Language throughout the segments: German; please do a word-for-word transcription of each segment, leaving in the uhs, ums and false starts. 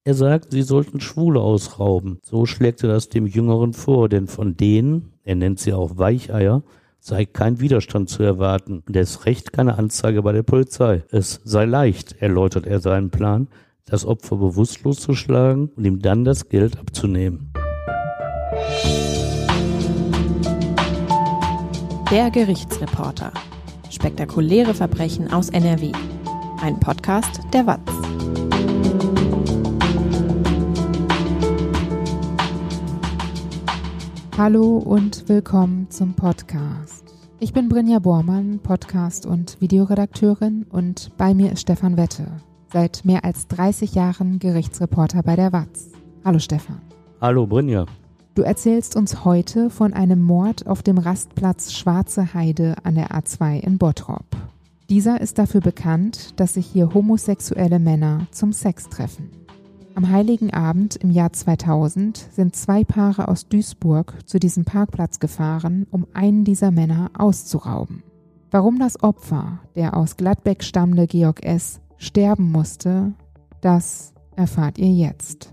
Er sagt, sie sollten Schwule ausrauben. So schlägt er das dem Jüngeren vor, denn von denen, er nennt sie auch Weicheier, sei kein Widerstand zu erwarten und erst recht keine Anzeige bei der Polizei. Es sei leicht, erläutert er seinen Plan, das Opfer bewusstlos zu schlagen und ihm dann das Geld abzunehmen. Der Gerichtsreporter. Spektakuläre Verbrechen aus N R W. Ein Podcast der W A Z. Hallo und willkommen zum Podcast. Ich bin Brinja Bormann, Podcast- und Videoredakteurin, und bei mir ist Stefan Wette, seit mehr als dreißig Jahren Gerichtsreporter bei der W A Z. Hallo Stefan. Hallo Brinja. Du erzählst uns heute von einem Mord auf dem Rastplatz Schwarze Heide an der A zwei in Bottrop. Dieser ist dafür bekannt, dass sich hier homosexuelle Männer zum Sex treffen. Am Heiligen Abend im Jahr zweitausend sind zwei Paare aus Duisburg zu diesem Parkplatz gefahren, um einen dieser Männer auszurauben. Warum das Opfer, der aus Gladbeck stammende Georg S., sterben musste, das erfahrt ihr jetzt.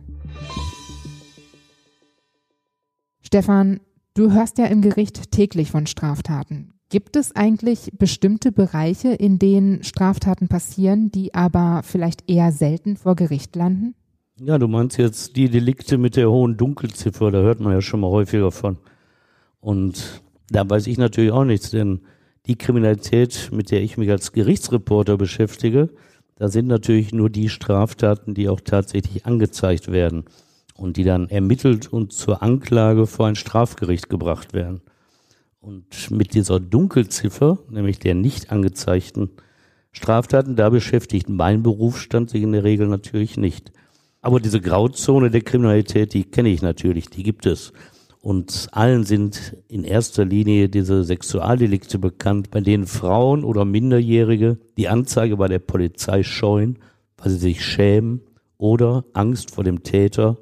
Stefan, du hörst ja im Gericht täglich von Straftaten. Gibt es eigentlich bestimmte Bereiche, in denen Straftaten passieren, die aber vielleicht eher selten vor Gericht landen? Ja, du meinst jetzt die Delikte mit der hohen Dunkelziffer, da hört man ja schon mal häufiger von. Und da weiß ich natürlich auch nichts, denn die Kriminalität, mit der ich mich als Gerichtsreporter beschäftige, da sind natürlich nur die Straftaten, die auch tatsächlich angezeigt werden und die dann ermittelt und zur Anklage vor ein Strafgericht gebracht werden. Und mit dieser Dunkelziffer, nämlich der nicht angezeigten Straftaten, da beschäftigt mein Berufsstand sich in der Regel natürlich nicht. Aber diese Grauzone der Kriminalität, die kenne ich natürlich, die gibt es. Und allen sind in erster Linie diese Sexualdelikte bekannt, bei denen Frauen oder Minderjährige die Anzeige bei der Polizei scheuen, weil sie sich schämen oder Angst vor dem Täter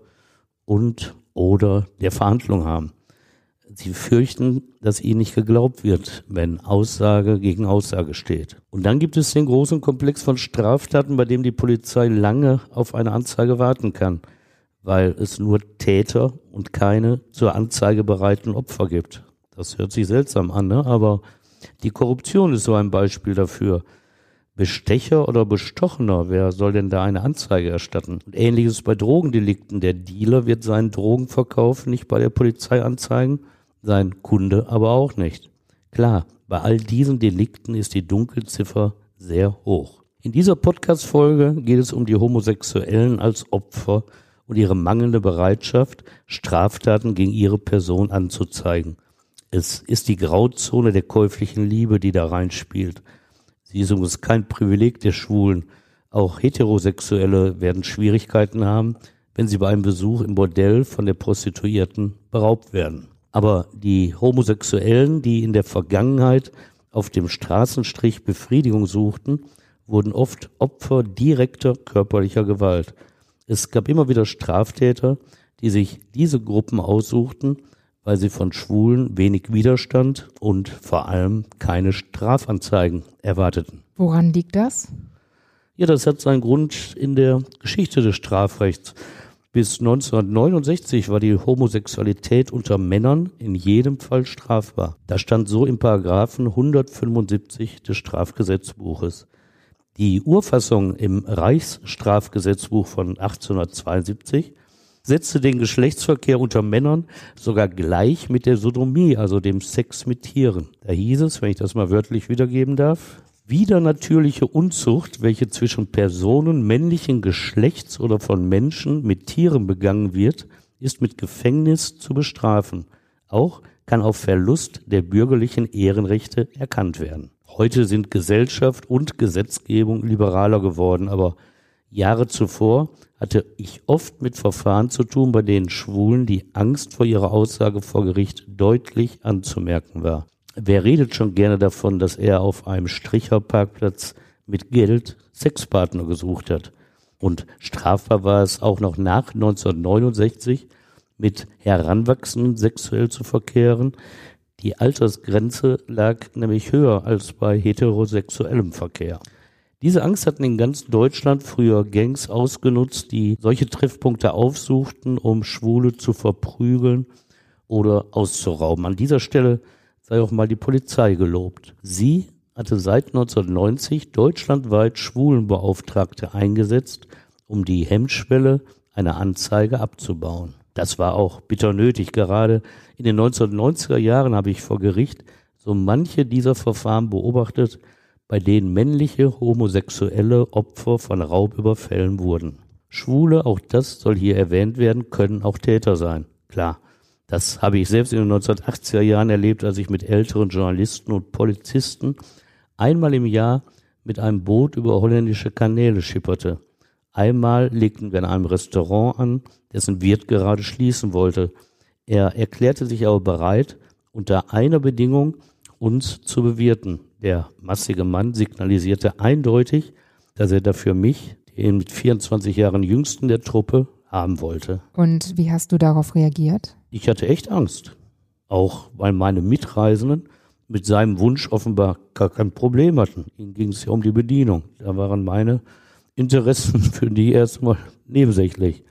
und oder der Verhandlung haben. Sie fürchten, dass ihnen nicht geglaubt wird, wenn Aussage gegen Aussage steht. Und dann gibt es den großen Komplex von Straftaten, bei dem die Polizei lange auf eine Anzeige warten kann, weil es nur Täter und keine zur Anzeige bereiten Opfer gibt. Das hört sich seltsam an, ne? Aber die Korruption ist so ein Beispiel dafür. Bestecher oder Bestochener, wer soll denn da eine Anzeige erstatten? Und Ähnliches bei Drogendelikten. Der Dealer wird seinen Drogenverkauf nicht bei der Polizei anzeigen, sein Kunde aber auch nicht. Klar, bei all diesen Delikten ist die Dunkelziffer sehr hoch. In dieser Podcast-Folge geht es um die Homosexuellen als Opfer und ihre mangelnde Bereitschaft, Straftaten gegen ihre Person anzuzeigen. Es ist die Grauzone der käuflichen Liebe, die da reinspielt. Sie ist übrigens kein Privileg der Schwulen. Auch Heterosexuelle werden Schwierigkeiten haben, wenn sie bei einem Besuch im Bordell von der Prostituierten beraubt werden. Aber die Homosexuellen, die in der Vergangenheit auf dem Straßenstrich Befriedigung suchten, wurden oft Opfer direkter körperlicher Gewalt. Es gab immer wieder Straftäter, die sich diese Gruppen aussuchten, weil sie von Schwulen wenig Widerstand und vor allem keine Strafanzeigen erwarteten. Woran liegt das? Ja, das hat seinen Grund in der Geschichte des Strafrechts. Bis neunzehnhundertneunundsechzig war die Homosexualität unter Männern in jedem Fall strafbar. Das stand so im Paragraphen hundertfünfundsiebzig des Strafgesetzbuches. Die Urfassung im Reichsstrafgesetzbuch von achtzehnhundertzweiundsiebzig setzte den Geschlechtsverkehr unter Männern sogar gleich mit der Sodomie, also dem Sex mit Tieren. Da hieß es, wenn ich das mal wörtlich wiedergeben darf: Widernatürliche Unzucht, welche zwischen Personen männlichen Geschlechts oder von Menschen mit Tieren begangen wird, ist mit Gefängnis zu bestrafen. Auch kann auf Verlust der bürgerlichen Ehrenrechte erkannt werden. Heute sind Gesellschaft und Gesetzgebung liberaler geworden, aber Jahre zuvor hatte ich oft mit Verfahren zu tun, bei denen Schwulen die Angst vor ihrer Aussage vor Gericht deutlich anzumerken war. Wer redet schon gerne davon, dass er auf einem Stricherparkplatz mit Geld Sexpartner gesucht hat? Und strafbar war es auch noch nach neunzehnhundertneunundsechzig, mit Heranwachsenden sexuell zu verkehren. Die Altersgrenze lag nämlich höher als bei heterosexuellem Verkehr. Diese Angst hatten in ganz Deutschland früher Gangs ausgenutzt, die solche Treffpunkte aufsuchten, um Schwule zu verprügeln oder auszurauben. An dieser Stelle sei auch mal die Polizei gelobt. Sie hatte seit neunzehnhundertneunzig deutschlandweit Schwulenbeauftragte eingesetzt, um die Hemmschwelle einer Anzeige abzubauen. Das war auch bitter nötig. Gerade in den neunzehnhundertneunziger Jahren habe ich vor Gericht so manche dieser Verfahren beobachtet, bei denen männliche homosexuelle Opfer von Raubüberfällen wurden. Schwule, auch das soll hier erwähnt werden, können auch Täter sein. Klar, das habe ich selbst in den neunzehnhundertachtziger Jahren erlebt, als ich mit älteren Journalisten und Polizisten einmal im Jahr mit einem Boot über holländische Kanäle schipperte. Einmal legten wir in einem Restaurant an, dessen Wirt gerade schließen wollte. Er erklärte sich aber bereit, unter einer Bedingung uns zu bewirten. Der massige Mann signalisierte eindeutig, dass er dafür mich, den mit vierundzwanzig Jahren jüngsten der Truppe, haben wollte. Und wie hast du darauf reagiert? Ich hatte echt Angst. Auch weil meine Mitreisenden mit seinem Wunsch offenbar gar kein Problem hatten. Ihnen ging es ja um die Bedienung. Da waren meine Interessen für die erstmal nebensächlich.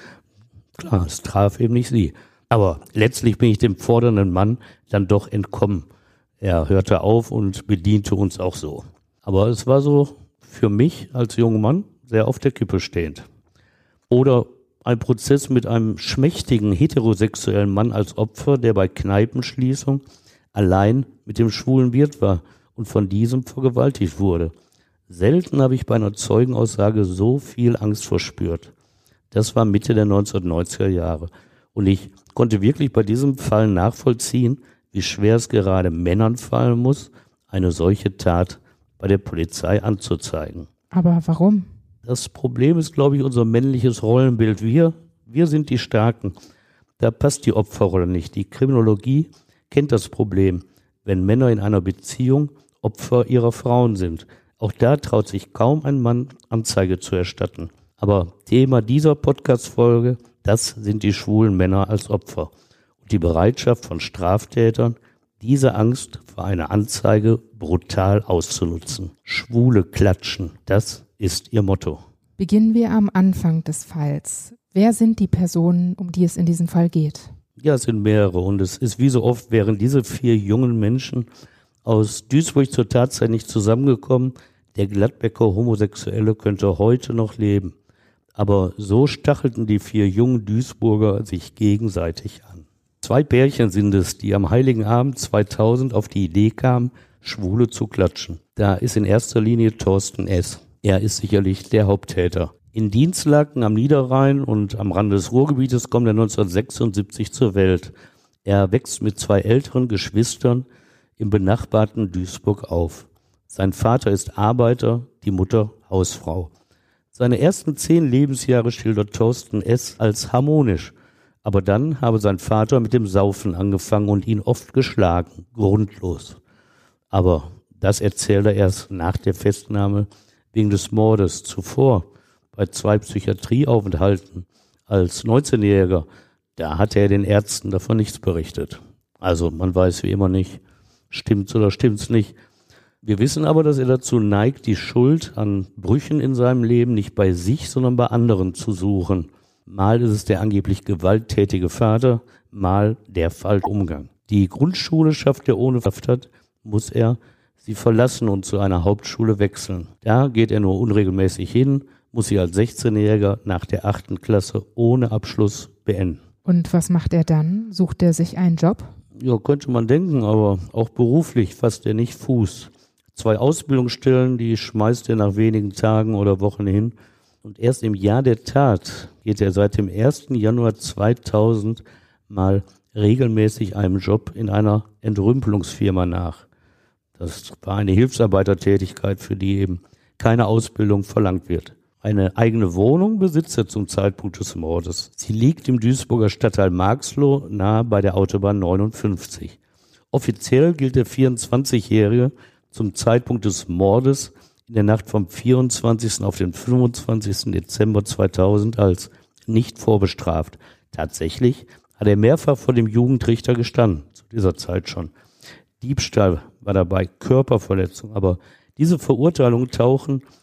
Klar, es traf eben nicht sie. Aber letztlich bin ich dem fordernden Mann dann doch entkommen. Er hörte auf und bediente uns auch so. Aber es war so für mich als junger Mann sehr auf der Kippe stehend. Oder ein Prozess mit einem schmächtigen heterosexuellen Mann als Opfer, der bei Kneipenschließung allein mit dem schwulen Wirt war und von diesem vergewaltigt wurde. Selten habe ich bei einer Zeugenaussage so viel Angst verspürt. Das war Mitte der neunzehnhundertneunziger Jahre. Und ich konnte wirklich bei diesem Fall nachvollziehen, wie schwer es gerade Männern fallen muss, eine solche Tat bei der Polizei anzuzeigen. Aber warum? Das Problem ist, glaube ich, unser männliches Rollenbild. Wir, wir sind die Starken. Da passt die Opferrolle nicht. Die Kriminologie kennt das Problem, wenn Männer in einer Beziehung Opfer ihrer Frauen sind. Auch da traut sich kaum ein Mann, Anzeige zu erstatten. Aber Thema dieser Podcast-Folge, das sind die schwulen Männer als Opfer. Und die Bereitschaft von Straftätern, diese Angst vor einer Anzeige brutal auszunutzen. Schwule klatschen, das ist ihr Motto. Beginnen wir am Anfang des Falls. Wer sind die Personen, um die es in diesem Fall geht? Ja, es sind mehrere. Und es ist wie so oft, wären diese vier jungen Menschen aus Duisburg zur Tatzeit nicht zusammengekommen. Der Gladbecker Homosexuelle könnte heute noch leben. Aber so stachelten die vier jungen Duisburger sich gegenseitig an. Zwei Pärchen sind es, die am Heiligen Abend zweitausend auf die Idee kamen, Schwule zu klatschen. Da ist in erster Linie Thorsten S. Er ist sicherlich der Haupttäter. In Dinslaken am Niederrhein und am Rande des Ruhrgebietes kommt er neunzehnhundertsechsundsiebzig zur Welt. Er wächst mit zwei älteren Geschwistern im benachbarten Duisburg auf. Sein Vater ist Arbeiter, die Mutter Hausfrau. Seine ersten zehn Lebensjahre schildert Thorsten S. als harmonisch. Aber dann habe sein Vater mit dem Saufen angefangen und ihn oft geschlagen, grundlos. Aber das erzählt er erst nach der Festnahme wegen des Mordes. Zuvor, bei zwei Psychiatrieaufenthalten als neunzehnjähriger, da hatte er den Ärzten davon nichts berichtet. Also man weiß wie immer nicht, stimmt's oder stimmt's nicht. Wir wissen aber, dass er dazu neigt, die Schuld an Brüchen in seinem Leben nicht bei sich, sondern bei anderen zu suchen. Mal ist es der angeblich gewalttätige Vater, mal der falsche Umgang. Die Grundschule schafft er ohne Haft, muss er sie verlassen und zu einer Hauptschule wechseln. Da geht er nur unregelmäßig hin, muss sie als sechzehnjähriger nach der achten Klasse ohne Abschluss beenden. Und was macht er dann? Sucht er sich einen Job? Ja, könnte man denken, aber auch beruflich fasst er nicht Fuß. Zwei Ausbildungsstellen, die schmeißt er nach wenigen Tagen oder Wochen hin. Und erst im Jahr der Tat geht er seit dem ersten Januar zweitausend mal regelmäßig einem Job in einer Entrümpelungsfirma nach. Das war eine Hilfsarbeitertätigkeit, für die eben keine Ausbildung verlangt wird. Eine eigene Wohnung besitzt er zum Zeitpunkt des Mordes. Sie liegt im Duisburger Stadtteil Marxloh, nahe bei der Autobahn neunundfünfzig. Offiziell gilt der vierundzwanzigjährige zum Zeitpunkt des Mordes in der Nacht vom vierundzwanzigsten auf den fünfundzwanzigsten Dezember zweitausend als nicht vorbestraft. Tatsächlich hat er mehrfach vor dem Jugendrichter gestanden, zu dieser Zeit schon. Diebstahl war dabei, Körperverletzung, aber diese Verurteilungen tauchen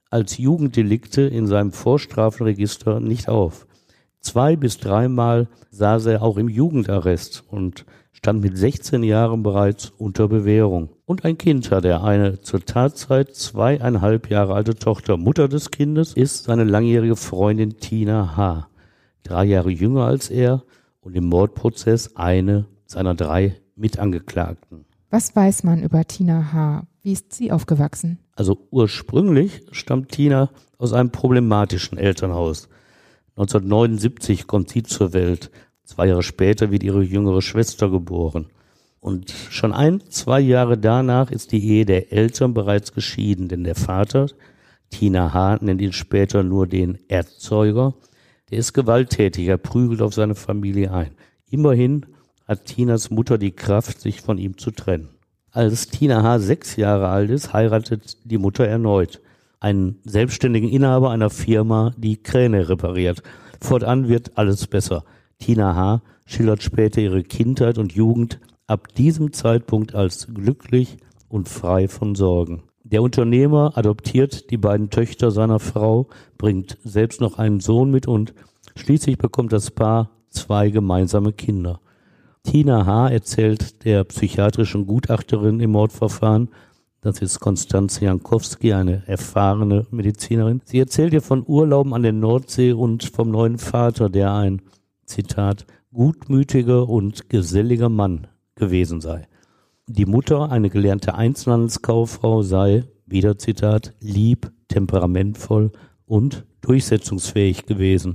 als Jugenddelikte in seinem Vorstrafenregister nicht auf. Zwei bis dreimal saß er auch im Jugendarrest und stand mit sechzehn Jahren bereits unter Bewährung. Und ein Kind hat er, eine zur Tatzeit zweieinhalb Jahre alte Tochter. Mutter des Kindes ist seine langjährige Freundin Tina H., drei Jahre jünger als er und im Mordprozess eine seiner drei Mitangeklagten. Was weiß man über Tina H.? Wie ist sie aufgewachsen? Also ursprünglich stammt Tina aus einem problematischen Elternhaus. neunzehnhundertneunundsiebzig kommt sie zur Welt. Zwei Jahre später wird ihre jüngere Schwester geboren. Und schon ein, zwei Jahre danach ist die Ehe der Eltern bereits geschieden, denn der Vater, Tina H. nennt ihn später nur den Erzeuger, der ist gewalttätig, er prügelt auf seine Familie ein. Immerhin hat Tinas Mutter die Kraft, sich von ihm zu trennen. Als Tina H. sechs Jahre alt ist, heiratet die Mutter erneut einen selbstständigen Inhaber einer Firma, die Kräne repariert. Fortan wird alles besser. Tina H. schildert später ihre Kindheit und Jugend ab diesem Zeitpunkt als glücklich und frei von Sorgen. Der Unternehmer adoptiert die beiden Töchter seiner Frau, bringt selbst noch einen Sohn mit und schließlich bekommt das Paar zwei gemeinsame Kinder. Tina H. erzählt der psychiatrischen Gutachterin im Mordverfahren, das ist Konstanze Jankowski, eine erfahrene Medizinerin. Sie erzählt ihr von Urlauben an der Nordsee und vom neuen Vater, der ein, Zitat, gutmütiger und geselliger Mann gewesen sei. Die Mutter, eine gelernte Einzelhandelskauffrau, sei, wieder Zitat, lieb, temperamentvoll und durchsetzungsfähig gewesen.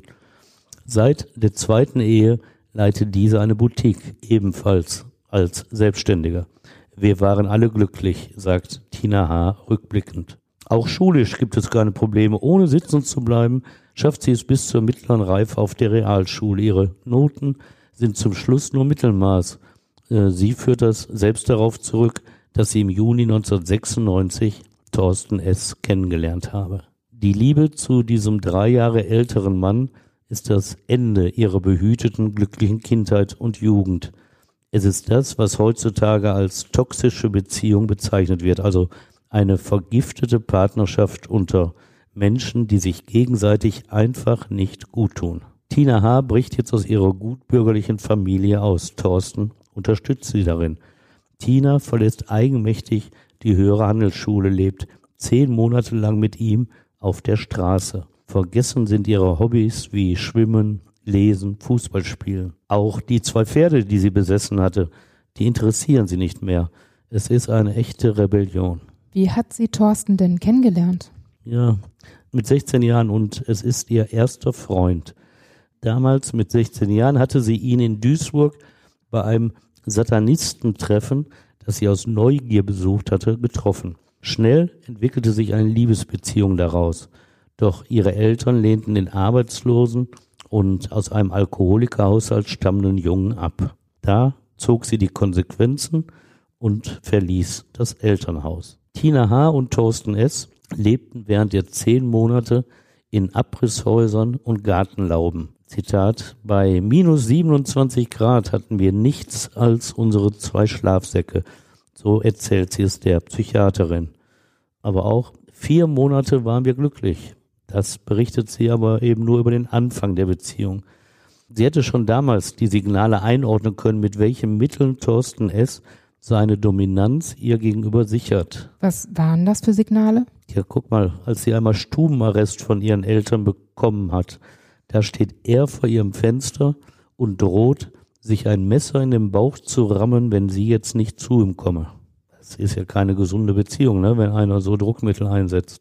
Seit der zweiten Ehe leitet diese eine Boutique, ebenfalls als Selbstständiger. Wir waren alle glücklich, sagt Tina H. rückblickend. Auch schulisch gibt es keine Probleme. Ohne sitzen zu bleiben, schafft sie es bis zur mittleren Reife auf der Realschule. Ihre Noten sind zum Schluss nur Mittelmaß. Sie führt das selbst darauf zurück, dass sie im Juni neunzehnhundertsechsundneunzig Thorsten S. kennengelernt habe. Die Liebe zu diesem drei Jahre älteren Mann ist das Ende ihrer behüteten, glücklichen Kindheit und Jugend. Es ist das, was heutzutage als toxische Beziehung bezeichnet wird, also eine vergiftete Partnerschaft unter Menschen, die sich gegenseitig einfach nicht gut tun. Tina H. bricht jetzt aus ihrer gutbürgerlichen Familie aus. Thorsten unterstützt sie darin. Tina verlässt eigenmächtig die höhere Handelsschule, lebt zehn Monate lang mit ihm auf der Straße. Vergessen sind ihre Hobbys wie Schwimmen, Lesen, Fußball spielen. Auch die zwei Pferde, die sie besessen hatte, die interessieren sie nicht mehr. Es ist eine echte Rebellion. Wie hat sie Thorsten denn kennengelernt? Ja, mit sechzehn Jahren und es ist ihr erster Freund. Damals mit sechzehn Jahren hatte sie ihn in Duisburg bei einem Satanistentreffen, das sie aus Neugier besucht hatte, getroffen. Schnell entwickelte sich eine Liebesbeziehung daraus. Doch ihre Eltern lehnten den arbeitslosen und aus einem Alkoholikerhaushalt stammenden Jungen ab. Da zog sie die Konsequenzen und verließ das Elternhaus. Tina H. und Thorsten S. lebten während der zehn Monate in Abrisshäusern und Gartenlauben. Zitat, bei minus siebenundzwanzig Grad hatten wir nichts als unsere zwei Schlafsäcke. So erzählt sie es der Psychiaterin. Aber auch vier Monate waren wir glücklich. Das berichtet sie aber eben nur über den Anfang der Beziehung. Sie hätte schon damals die Signale einordnen können, mit welchen Mitteln Thorsten S. seine Dominanz ihr gegenüber sichert. Was waren das für Signale? Ja, guck mal, als sie einmal Stubenarrest von ihren Eltern bekommen hat, da steht er vor ihrem Fenster und droht, sich ein Messer in den Bauch zu rammen, wenn sie jetzt nicht zu ihm komme. Das ist ja keine gesunde Beziehung, ne, wenn einer so Druckmittel einsetzt.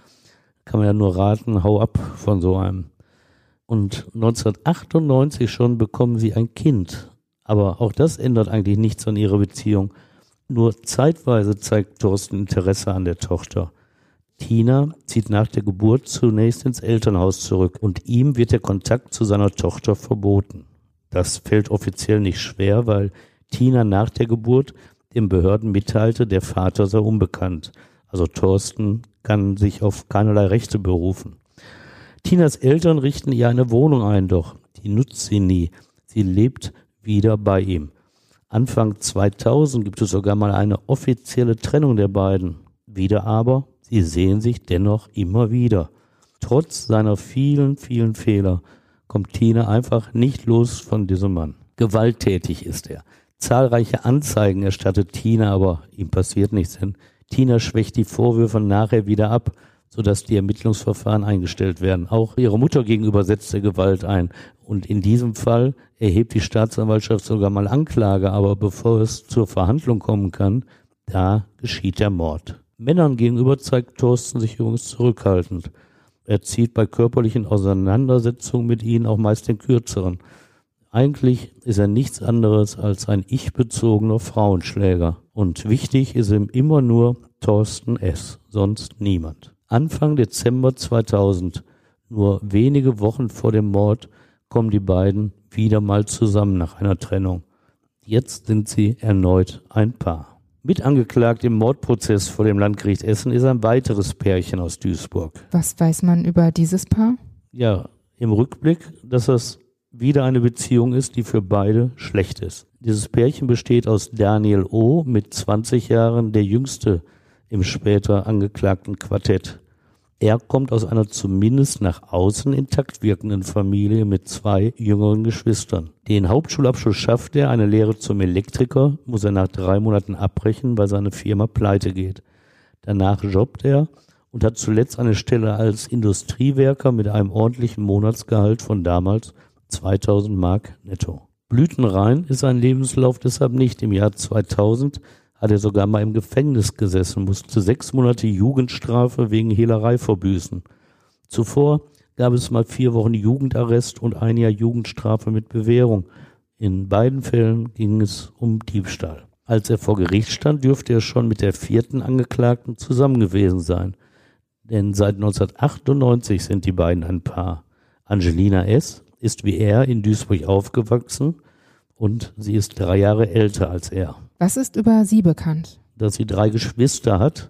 Kann man ja nur raten, hau ab von so einem. Und neunzehnhundertachtundneunzig schon bekommen sie ein Kind. Aber auch das ändert eigentlich nichts an ihrer Beziehung. Nur zeitweise zeigt Thorsten Interesse an der Tochter. Tina zieht nach der Geburt zunächst ins Elternhaus zurück und ihm wird der Kontakt zu seiner Tochter verboten. Das fällt offiziell nicht schwer, weil Tina nach der Geburt den Behörden mitteilte, der Vater sei unbekannt. Also Thorsten kann sich auf keinerlei Rechte berufen. Tinas Eltern richten ihr eine Wohnung ein, doch die nutzt sie nie. Sie lebt wieder bei ihm. Anfang zweitausend gibt es sogar mal eine offizielle Trennung der beiden. Wieder aber Sie sehen sich dennoch immer wieder. Trotz seiner vielen, vielen Fehler kommt Tina einfach nicht los von diesem Mann. Gewalttätig ist er. Zahlreiche Anzeigen erstattet Tina, aber ihm passiert nichts, denn Tina schwächt die Vorwürfe nachher wieder ab, sodass die Ermittlungsverfahren eingestellt werden. Auch ihrer Mutter gegenüber setzt er Gewalt ein. Und in diesem Fall erhebt die Staatsanwaltschaft sogar mal Anklage, aber bevor es zur Verhandlung kommen kann, da geschieht der Mord. Männern gegenüber zeigt Thorsten sich übrigens zurückhaltend. Er zieht bei körperlichen Auseinandersetzungen mit ihnen auch meist den kürzeren. Eigentlich ist er nichts anderes als ein ich-bezogener Frauenschläger. Und wichtig ist ihm immer nur Thorsten S., sonst niemand. Anfang Dezember zweitausend, nur wenige Wochen vor dem Mord, kommen die beiden wieder mal zusammen nach einer Trennung. Jetzt sind sie erneut ein Paar. Mitangeklagt im Mordprozess vor dem Landgericht Essen ist ein weiteres Pärchen aus Duisburg. Was weiß man über dieses Paar? Ja, im Rückblick, dass das wieder eine Beziehung ist, die für beide schlecht ist. Dieses Pärchen besteht aus Daniel O. mit zwanzig Jahren, der jüngste im später angeklagten Quartett. Er kommt aus einer zumindest nach außen intakt wirkenden Familie mit zwei jüngeren Geschwistern. Den Hauptschulabschluss schafft er, eine Lehre zum Elektriker muss er nach drei Monaten abbrechen, weil seine Firma pleite geht. Danach jobbt er und hat zuletzt eine Stelle als Industriewerker mit einem ordentlichen Monatsgehalt von damals zweitausend Mark netto. Blütenrein ist sein Lebenslauf deshalb nicht. Im Jahr zweitausend hat er sogar mal im Gefängnis gesessen, musste sechs Monate Jugendstrafe wegen Hehlerei verbüßen. Zuvor gab es mal vier Wochen Jugendarrest und ein Jahr Jugendstrafe mit Bewährung. In beiden Fällen ging es um Diebstahl. Als er vor Gericht stand, dürfte er schon mit der vierten Angeklagten zusammen gewesen sein. Denn seit neunzehnhundertachtundneunzig sind die beiden ein Paar. Angelina S. ist wie er in Duisburg aufgewachsen und sie ist drei Jahre älter als er. Was ist über sie bekannt? Dass sie drei Geschwister hat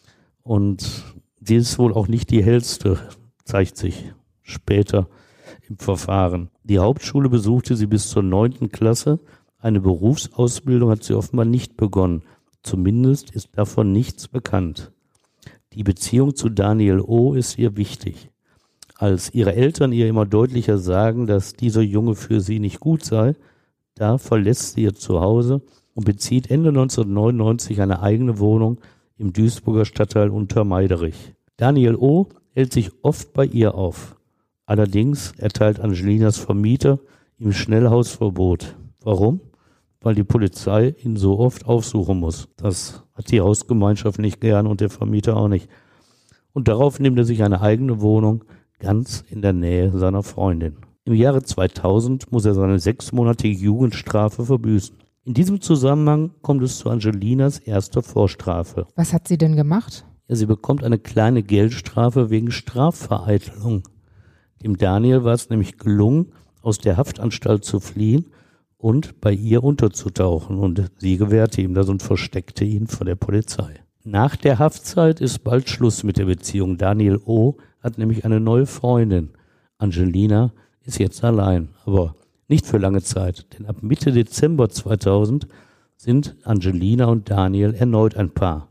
und sie ist wohl auch nicht die hellste, zeigt sich später im Verfahren. Die Hauptschule besuchte sie bis zur neunten Klasse. Eine Berufsausbildung hat sie offenbar nicht begonnen. Zumindest ist davon nichts bekannt. Die Beziehung zu Daniel O. ist ihr wichtig. Als ihre Eltern ihr immer deutlicher sagen, dass dieser Junge für sie nicht gut sei, da verlässt sie ihr Zuhause und bezieht Ende neunzehnhundertneunundneunzig eine eigene Wohnung im Duisburger Stadtteil Untermeiderich. Daniel O. hält sich oft bei ihr auf. Allerdings erteilt Angelinas Vermieter ihm Schnellhausverbot. Warum? Weil die Polizei ihn so oft aufsuchen muss. Das hat die Hausgemeinschaft nicht gern und der Vermieter auch nicht. Und darauf nimmt er sich eine eigene Wohnung ganz in der Nähe seiner Freundin. Im Jahre zweitausend muss er seine sechsmonatige Jugendstrafe verbüßen. In diesem Zusammenhang kommt es zu Angelinas erster Vorstrafe. Was hat sie denn gemacht? Ja, sie bekommt eine kleine Geldstrafe wegen Strafvereitelung. Dem Daniel war es nämlich gelungen, aus der Haftanstalt zu fliehen und bei ihr unterzutauchen. Und sie gewährte ihm das und versteckte ihn vor der Polizei. Nach der Haftzeit ist bald Schluss mit der Beziehung. Daniel O. hat nämlich eine neue Freundin. Angelina ist jetzt allein, aber nicht für lange Zeit, denn ab Mitte Dezember zweitausend sind Angelina und Daniel erneut ein Paar.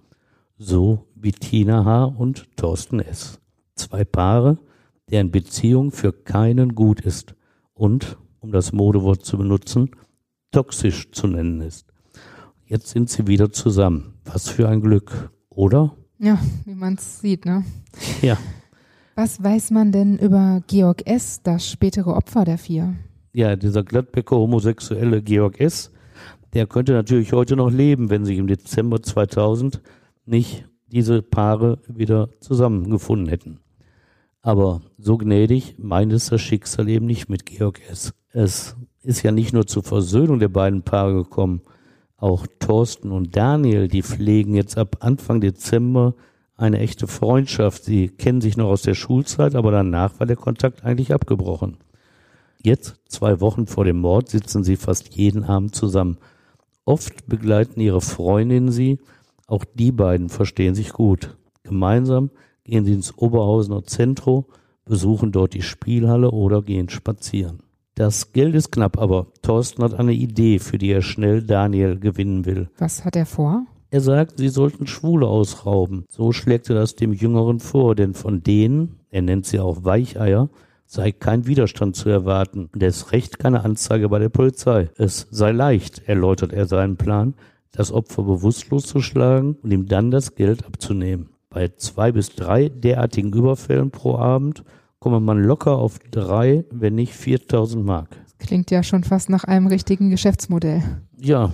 So wie Tina H. und Thorsten S. Zwei Paare, deren Beziehung für keinen gut ist und, um das Modewort zu benutzen, toxisch zu nennen ist. Jetzt sind sie wieder zusammen. Was für ein Glück, oder? Ja, wie man es sieht, ne? Ja. Was weiß man denn über Georg S., das spätere Opfer der vier? Ja, dieser Gladbecker homosexuelle Georg S., der könnte natürlich heute noch leben, wenn sich im Dezember zweitausend nicht diese Paare wieder zusammengefunden hätten. Aber so gnädig meint es das Schicksal eben nicht mit Georg S. Es ist ja nicht nur zur Versöhnung der beiden Paare gekommen, auch Thorsten und Daniel, die pflegen jetzt ab Anfang Dezember eine echte Freundschaft. Sie kennen sich noch aus der Schulzeit, aber danach war der Kontakt eigentlich abgebrochen. Jetzt, zwei Wochen vor dem Mord, sitzen sie fast jeden Abend zusammen. Oft begleiten ihre Freundinnen sie, auch die beiden verstehen sich gut. Gemeinsam gehen sie ins Oberhausener Zentrum, besuchen dort die Spielhalle oder gehen spazieren. Das Geld ist knapp, aber Thorsten hat eine Idee, für die er schnell Daniel gewinnen will. Was hat er vor? Er sagt, sie sollten Schwule ausrauben. So schlägt er das dem Jüngeren vor, denn von denen, er nennt sie auch Weicheier, sei kein Widerstand zu erwarten und erst recht keine Anzeige bei der Polizei. Es sei leicht, erläutert er seinen Plan, das Opfer bewusstlos zu schlagen und ihm dann das Geld abzunehmen. Bei zwei bis drei derartigen Überfällen pro Abend komme man locker auf drei, wenn nicht viertausend Mark. Klingt ja schon fast nach einem richtigen Geschäftsmodell. Ja.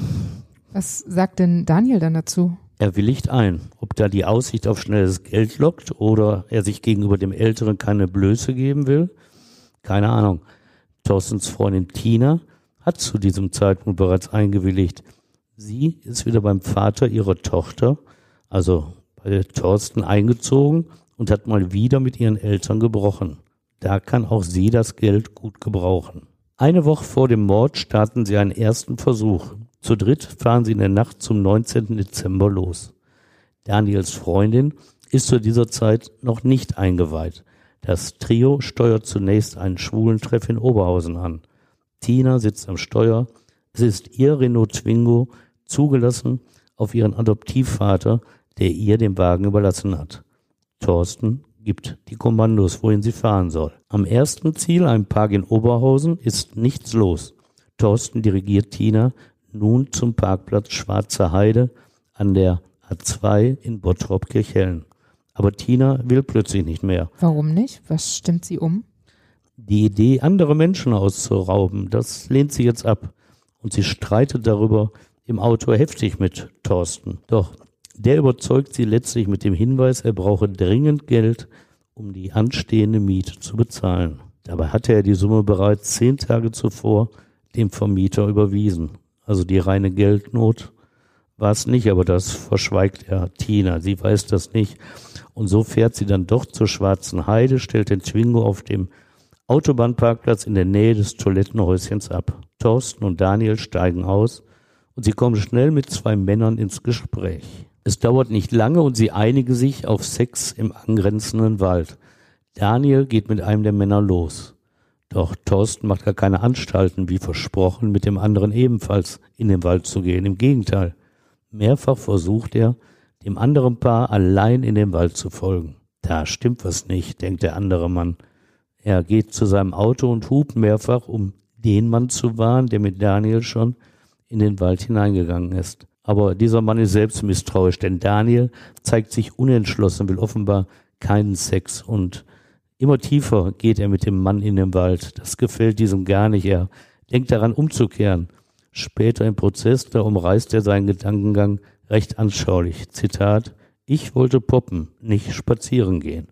Was sagt denn Daniel dann dazu? Er willigt ein. Ob da die Aussicht auf schnelles Geld lockt oder er sich gegenüber dem Älteren keine Blöße geben will? Keine Ahnung. Thorstens Freundin Tina hat zu diesem Zeitpunkt bereits eingewilligt. Sie ist wieder beim Vater ihrer Tochter, also bei Thorsten, eingezogen und hat mal wieder mit ihren Eltern gebrochen. Da kann auch sie das Geld gut gebrauchen. Eine Woche vor dem Mord starten sie einen ersten Versuch. Zu dritt fahren sie in der Nacht zum neunzehnten Dezember los. Daniels Freundin ist zu dieser Zeit noch nicht eingeweiht. Das Trio steuert zunächst einen Schwulentreff in Oberhausen an. Tina sitzt am Steuer. Es ist ihr Renault Twingo, zugelassen auf ihren Adoptivvater, der ihr den Wagen überlassen hat. Thorsten gibt die Kommandos, wohin sie fahren soll. Am ersten Ziel, einem Park in Oberhausen, ist nichts los. Thorsten dirigiert Tina nun zum Parkplatz Schwarze Heide an der A zwei in Bottrop-Kirchhellen. Aber Tina will plötzlich nicht mehr. Warum nicht? Was stimmt sie um? Die Idee, andere Menschen auszurauben, das lehnt sie jetzt ab. Und sie streitet darüber im Auto heftig mit Thorsten. Doch der überzeugt sie letztlich mit dem Hinweis, er brauche dringend Geld, um die anstehende Miete zu bezahlen. Dabei hatte er die Summe bereits zehn Tage zuvor dem Vermieter überwiesen. Also die reine Geldnot war es nicht, aber das verschweigt er Tina. Sie weiß das nicht. Und so fährt sie dann doch zur Schwarzen Heide, stellt den Twingo auf dem Autobahnparkplatz in der Nähe des Toilettenhäuschens ab. Thorsten und Daniel steigen aus und sie kommen schnell mit zwei Männern ins Gespräch. Es dauert nicht lange und sie einigen sich auf Sex im angrenzenden Wald. Daniel geht mit einem der Männer los. Doch Thorsten macht gar keine Anstalten, wie versprochen, mit dem anderen ebenfalls in den Wald zu gehen. Im Gegenteil, mehrfach versucht er, dem anderen Paar allein in den Wald zu folgen. Da stimmt was nicht, denkt der andere Mann. Er geht zu seinem Auto und hupt mehrfach, um den Mann zu warnen, der mit Daniel schon in den Wald hineingegangen ist. Aber dieser Mann ist selbst misstrauisch, denn Daniel zeigt sich unentschlossen, will offenbar keinen Sex und immer tiefer geht er mit dem Mann in den Wald. Das gefällt diesem gar nicht. Er denkt daran, umzukehren. Später im Prozess, da umreißt er seinen Gedankengang recht anschaulich. Zitat: Ich wollte poppen, nicht spazieren gehen.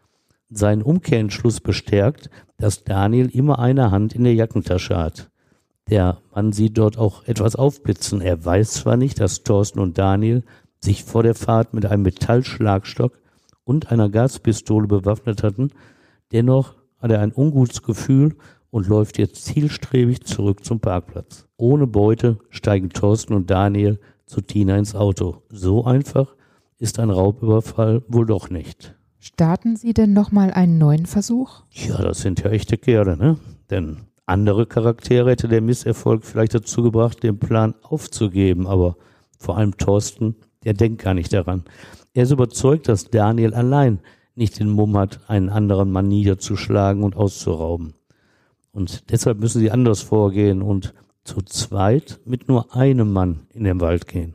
Seinen Umkehrentschluss bestärkt, dass Daniel immer eine Hand in der Jackentasche hat. Der Mann sieht dort auch etwas aufblitzen. Er weiß zwar nicht, dass Thorsten und Daniel sich vor der Fahrt mit einem Metallschlagstock und einer Gaspistole bewaffnet hatten, dennoch hat er ein ungutes Gefühl und läuft jetzt zielstrebig zurück zum Parkplatz. Ohne Beute steigen Thorsten und Daniel zu Tina ins Auto. So einfach ist ein Raubüberfall wohl doch nicht. Starten Sie denn nochmal einen neuen Versuch? Ja, das sind ja echte Kerle, ne? Denn andere Charaktere hätte der Misserfolg vielleicht dazu gebracht, den Plan aufzugeben, aber vor allem Thorsten, der denkt gar nicht daran. Er ist überzeugt, dass Daniel allein nicht den Mumm hat, einen anderen Mann niederzuschlagen und auszurauben. Und deshalb müssen sie anders vorgehen und zu zweit mit nur einem Mann in den Wald gehen.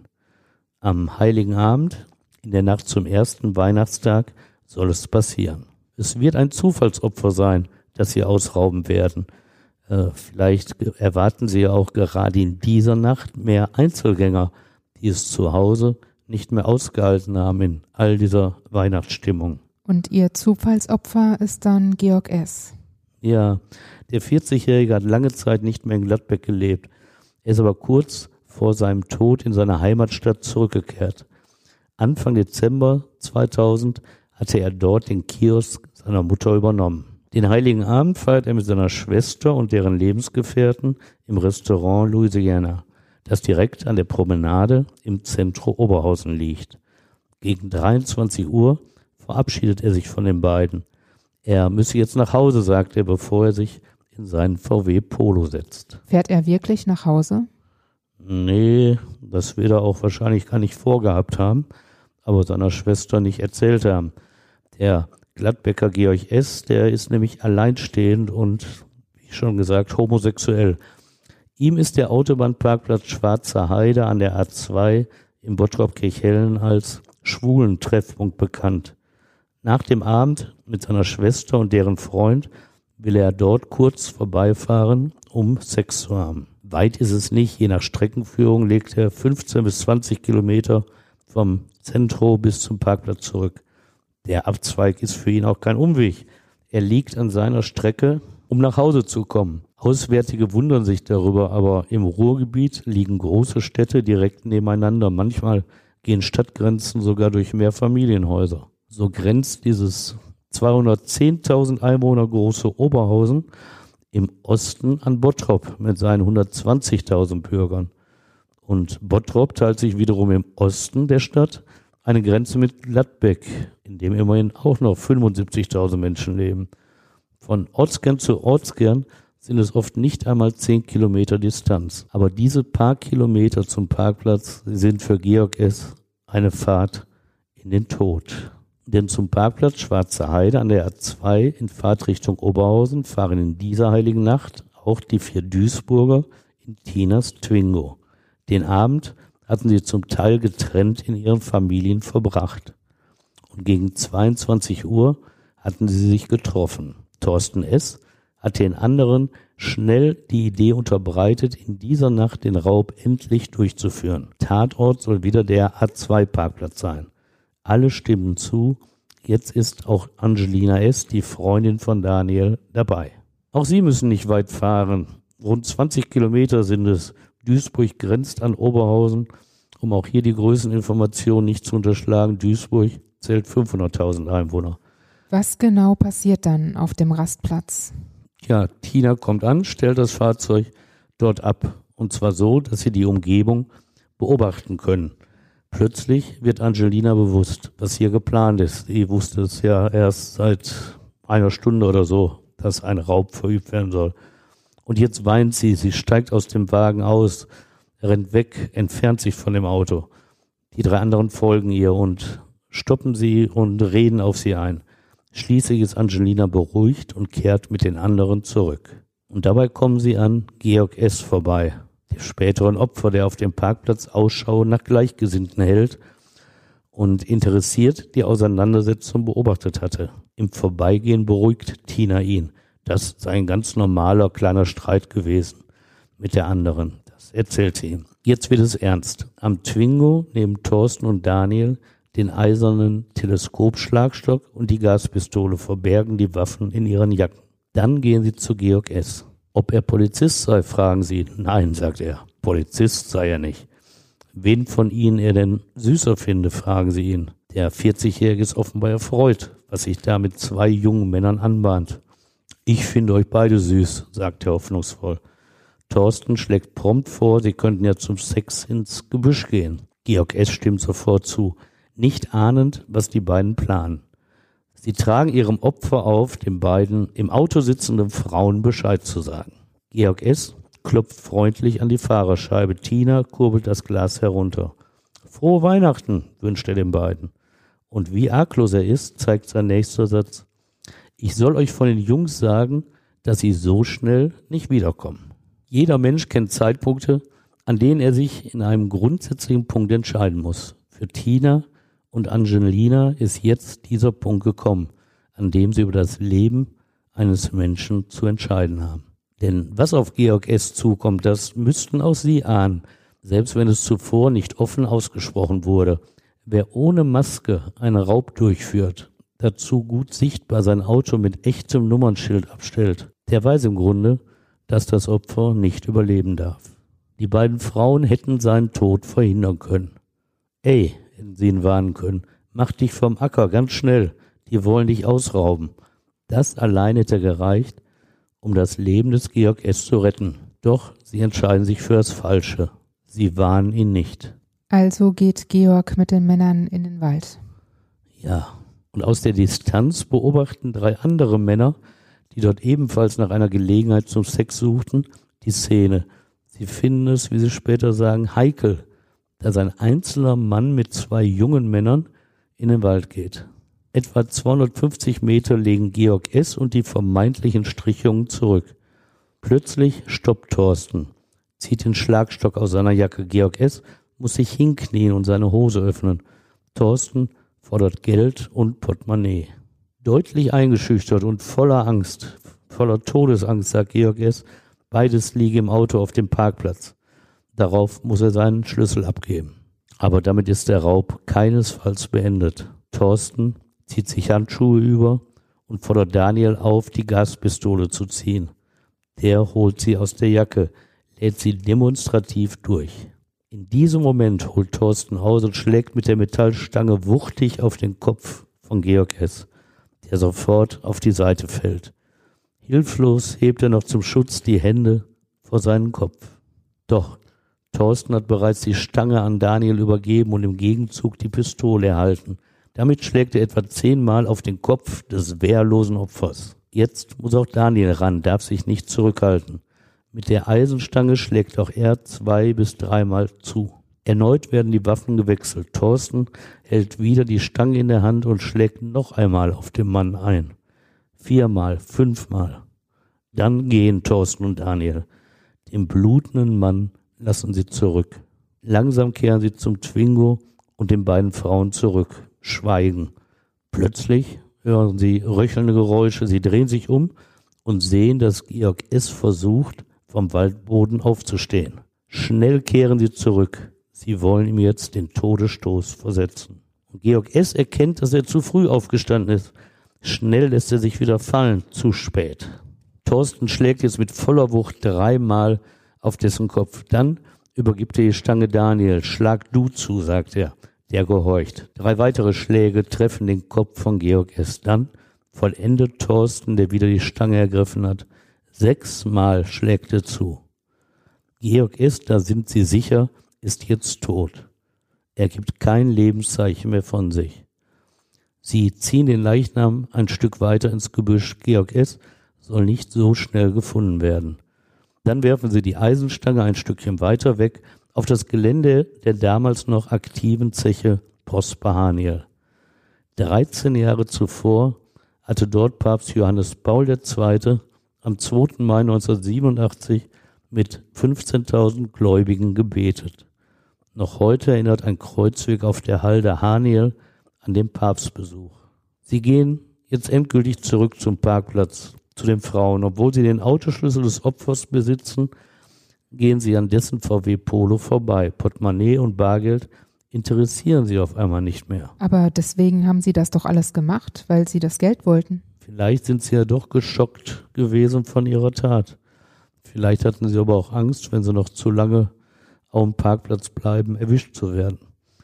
Am Heiligen Abend, in der Nacht zum ersten Weihnachtstag, soll es passieren. Es wird ein Zufallsopfer sein, das sie ausrauben werden. Äh, vielleicht erwarten sie ja auch gerade in dieser Nacht mehr Einzelgänger, die es zu Hause nicht mehr ausgehalten haben in all dieser Weihnachtsstimmung. Und ihr Zufallsopfer ist dann Georg S. Ja, der vierzigjährige hat lange Zeit nicht mehr in Gladbeck gelebt. Er ist aber kurz vor seinem Tod in seine Heimatstadt zurückgekehrt. Anfang Dezember zweitausend hatte er dort den Kiosk seiner Mutter übernommen. Den Heiligen Abend feiert er mit seiner Schwester und deren Lebensgefährten im Restaurant Louisiana, das direkt an der Promenade im Zentrum Oberhausen liegt. Gegen dreiundzwanzig Uhr verabschiedet er sich von den beiden. Er müsse jetzt nach Hause, sagt er, bevor er sich in seinen V W Polo setzt. Fährt er wirklich nach Hause? Nee, das wird er auch wahrscheinlich gar nicht vorgehabt haben, aber seiner Schwester nicht erzählt haben. Der Gladbecker Georg S., der ist nämlich alleinstehend und, wie schon gesagt, homosexuell. Ihm ist der Autobahnparkplatz Schwarze Heide an der A zwei in Bottrop-Kirchhellen als schwulen Treffpunkt bekannt. Nach dem Abend mit seiner Schwester und deren Freund will er dort kurz vorbeifahren, um Sex zu haben. Weit ist es nicht, je nach Streckenführung legt er fünfzehn bis zwanzig Kilometer vom Zentrum bis zum Parkplatz zurück. Der Abzweig ist für ihn auch kein Umweg. Er liegt an seiner Strecke, um nach Hause zu kommen. Auswärtige wundern sich darüber, aber im Ruhrgebiet liegen große Städte direkt nebeneinander. Manchmal gehen Stadtgrenzen sogar durch Mehrfamilienhäuser. So grenzt dieses zweihundertzehntausend Einwohner große Oberhausen im Osten an Bottrop mit seinen hundertzwanzigtausend Bürgern. Und Bottrop teilt sich wiederum im Osten der Stadt eine Grenze mit Gladbeck, in dem immerhin auch noch fünfundsiebzigtausend Menschen leben. Von Ortskern zu Ortskern sind es oft nicht einmal zehn Kilometer Distanz. Aber diese paar Kilometer zum Parkplatz sind für Georg S. eine Fahrt in den Tod. Denn zum Parkplatz Schwarze Heide an der A zwei in Fahrtrichtung Oberhausen fahren in dieser heiligen Nacht auch die vier Duisburger in Tinas Twingo. Den Abend hatten sie zum Teil getrennt in ihren Familien verbracht. Und gegen zweiundzwanzig Uhr hatten sie sich getroffen. Thorsten S. hatte den anderen schnell die Idee unterbreitet, in dieser Nacht den Raub endlich durchzuführen. Tatort soll wieder der A zwei Parkplatz sein. Alle stimmen zu, jetzt ist auch Angelina S., die Freundin von Daniel, dabei. Auch sie müssen nicht weit fahren. Rund zwanzig Kilometer sind es. Duisburg grenzt an Oberhausen. Um auch hier die Größeninformation nicht zu unterschlagen, Duisburg zählt fünfhunderttausend Einwohner. Was genau passiert dann auf dem Rastplatz? Ja, Tina kommt an, stellt das Fahrzeug dort ab. Und zwar so, dass sie die Umgebung beobachten können. Plötzlich wird Angelina bewusst, was hier geplant ist. Sie wusste es ja erst seit einer Stunde oder so, dass ein Raub verübt werden soll. Und jetzt weint sie, sie steigt aus dem Wagen aus, rennt weg, entfernt sich von dem Auto. Die drei anderen folgen ihr und stoppen sie und reden auf sie ein. Schließlich ist Angelina beruhigt und kehrt mit den anderen zurück. Und dabei kommen sie an Georg S. vorbei, dem späteren Opfer, der auf dem Parkplatz Ausschau nach Gleichgesinnten hält und interessiert die Auseinandersetzung beobachtet hatte. Im Vorbeigehen beruhigt Tina ihn. Das sei ein ganz normaler kleiner Streit gewesen mit der anderen. Das erzählt sie ihm. Jetzt wird es ernst. Am Twingo nehmen Thorsten und Daniel den eisernen Teleskopschlagstock und die Gaspistole, verbergen die Waffen in ihren Jacken. Dann gehen sie zu Georg S. Ob er Polizist sei, fragen sie. Nein, sagt er, Polizist sei er nicht. Wen von ihnen er denn süßer finde, fragen sie ihn. Der vierzigjährige ist offenbar erfreut, was sich da mit zwei jungen Männern anbahnt. Ich finde euch beide süß, sagt er hoffnungsvoll. Thorsten schlägt prompt vor, sie könnten ja zum Sex ins Gebüsch gehen. Georg S. stimmt sofort zu, nicht ahnend, was die beiden planen. Sie tragen ihrem Opfer auf, den beiden im Auto sitzenden Frauen Bescheid zu sagen. Georg S. klopft freundlich an die Fahrerscheibe. Tina kurbelt das Glas herunter. Frohe Weihnachten, wünscht er den beiden. Und wie arglos er ist, zeigt sein nächster Satz. Ich soll euch von den Jungs sagen, dass sie so schnell nicht wiederkommen. Jeder Mensch kennt Zeitpunkte, an denen er sich in einem grundsätzlichen Punkt entscheiden muss. Für Tina und Angelina ist jetzt dieser Punkt gekommen, an dem sie über das Leben eines Menschen zu entscheiden haben. Denn was auf Georg S. zukommt, das müssten auch sie ahnen, selbst wenn es zuvor nicht offen ausgesprochen wurde. Wer ohne Maske einen Raub durchführt, dazu gut sichtbar sein Auto mit echtem Nummernschild abstellt, der weiß im Grunde, dass das Opfer nicht überleben darf. Die beiden Frauen hätten seinen Tod verhindern können. Ey, hätten sie ihn warnen können, mach dich vom Acker, ganz schnell, die wollen dich ausrauben. Das allein hätte gereicht, um das Leben des Georg S. zu retten. Doch sie entscheiden sich für das Falsche. Sie warnen ihn nicht. Also geht Georg mit den Männern in den Wald. Ja, und aus der Distanz beobachten drei andere Männer, die dort ebenfalls nach einer Gelegenheit zum Sex suchten, die Szene. Sie finden es, wie sie später sagen, heikel, dass ein einzelner Mann mit zwei jungen Männern in den Wald geht. Etwa zweihundertfünfzig Meter legen Georg S. und die vermeintlichen Strichjungen zurück. Plötzlich stoppt Thorsten, zieht den Schlagstock aus seiner Jacke. Georg S. muss sich hinknien und seine Hose öffnen. Thorsten fordert Geld und Portemonnaie. Deutlich eingeschüchtert und voller Angst, voller Todesangst, sagt Georg S., beides liege im Auto auf dem Parkplatz. Darauf muss er seinen Schlüssel abgeben. Aber damit ist der Raub keinesfalls beendet. Thorsten zieht sich Handschuhe über und fordert Daniel auf, die Gaspistole zu ziehen. Der holt sie aus der Jacke, lädt sie demonstrativ durch. In diesem Moment holt Thorsten aus und schlägt mit der Metallstange wuchtig auf den Kopf von Georg S., der sofort auf die Seite fällt. Hilflos hebt er noch zum Schutz die Hände vor seinen Kopf. Doch Thorsten hat bereits die Stange an Daniel übergeben und im Gegenzug die Pistole erhalten. Damit schlägt er etwa zehnmal auf den Kopf des wehrlosen Opfers. Jetzt muss auch Daniel ran, darf sich nicht zurückhalten. Mit der Eisenstange schlägt auch er zwei bis dreimal zu. Erneut werden die Waffen gewechselt. Thorsten hält wieder die Stange in der Hand und schlägt noch einmal auf den Mann ein. Viermal, fünfmal. Dann gehen Thorsten und Daniel. Den blutenden Mann lassen sie zurück. Langsam kehren sie zum Twingo und den beiden Frauen zurück. Schweigen. Plötzlich hören sie röchelnde Geräusche. Sie drehen sich um und sehen, dass Georg S. versucht, vom Waldboden aufzustehen. Schnell kehren sie zurück. Sie wollen ihm jetzt den Todesstoß versetzen. Und Georg S. erkennt, dass er zu früh aufgestanden ist. Schnell lässt er sich wieder fallen. Zu spät. Thorsten schlägt jetzt mit voller Wucht dreimal auf dessen Kopf. Dann übergibt er die Stange Daniel. Schlag du zu, sagt er. Der gehorcht. Drei weitere Schläge treffen den Kopf von Georg S. Dann vollendet Thorsten, der wieder die Stange ergriffen hat. Sechsmal schlägt er zu. Georg S., da sind sie sicher, ist jetzt tot. Er gibt kein Lebenszeichen mehr von sich. Sie ziehen den Leichnam ein Stück weiter ins Gebüsch. Georg S. soll nicht so schnell gefunden werden. Dann werfen sie die Eisenstange ein Stückchen weiter weg auf das Gelände der damals noch aktiven Zeche Prosper Haniel. dreizehn Jahre zuvor hatte dort Papst Johannes Paul der Zweite am zweiten Mai neunzehnhundertsiebenundachtzig mit fünfzehntausend Gläubigen gebetet. Noch heute erinnert ein Kreuzweg auf der Halde Haniel an den Papstbesuch. Sie gehen jetzt endgültig zurück zum Parkplatz, zu den Frauen. Obwohl sie den Autoschlüssel des Opfers besitzen, gehen sie an dessen V W Polo vorbei. Portemonnaie und Bargeld interessieren sie auf einmal nicht mehr. Aber deswegen haben sie das doch alles gemacht, weil sie das Geld wollten. Vielleicht sind sie ja doch geschockt gewesen von ihrer Tat. Vielleicht hatten sie aber auch Angst, wenn sie noch zu lange auf dem Parkplatz bleiben, erwischt zu werden.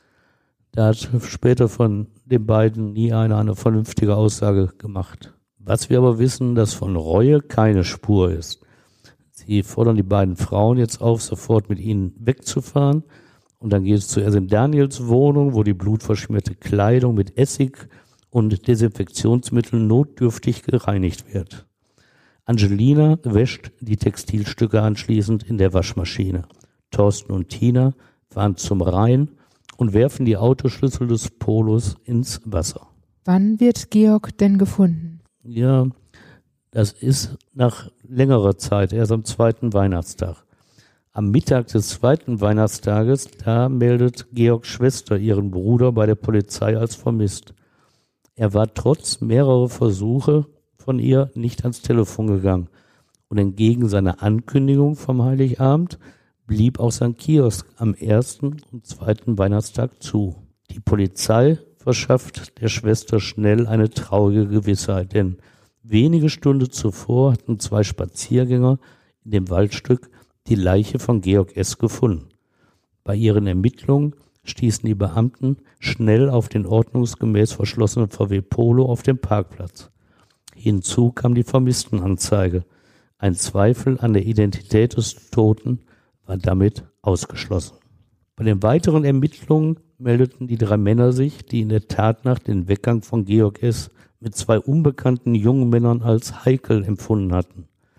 Da hat später von den beiden nie einer eine vernünftige Aussage gemacht. Was wir aber wissen, dass von Reue keine Spur ist. Sie fordern die beiden Frauen jetzt auf, sofort mit ihnen wegzufahren. Und dann geht es zuerst in Daniels Wohnung, wo die blutverschmierte Kleidung mit Essig und Desinfektionsmitteln notdürftig gereinigt wird. Angelina wäscht die Textilstücke anschließend in der Waschmaschine. Thorsten und Tina fahren zum Rhein und werfen die Autoschlüssel des Polos ins Wasser. Wann wird Georg denn gefunden? Ja, das ist nach längerer Zeit, erst am zweiten Weihnachtstag. Am Mittag des zweiten Weihnachtstages, da meldet Georgs Schwester ihren Bruder bei der Polizei als vermisst. Er war trotz mehrerer Versuche von ihr nicht ans Telefon gegangen. Und entgegen seiner Ankündigung vom Heiligabend blieb auch sein Kiosk am ersten und zweiten Weihnachtstag zu. Die Polizei verschafft der Schwester schnell eine traurige Gewissheit, denn wenige Stunden zuvor hatten zwei Spaziergänger in dem Waldstück die Leiche von Georg S. gefunden. Bei ihren Ermittlungen stießen die Beamten schnell auf den ordnungsgemäß verschlossenen V W Polo auf dem Parkplatz. Hinzu kam die Vermisstenanzeige. Ein Zweifel an der Identität des Toten war damit ausgeschlossen. Bei den weiteren Ermittlungen meldeten die drei Männer sich, die in der Tatnacht den Weggang von Georg S. mit zwei unbekannten jungen Männern als heikel empfunden hatten.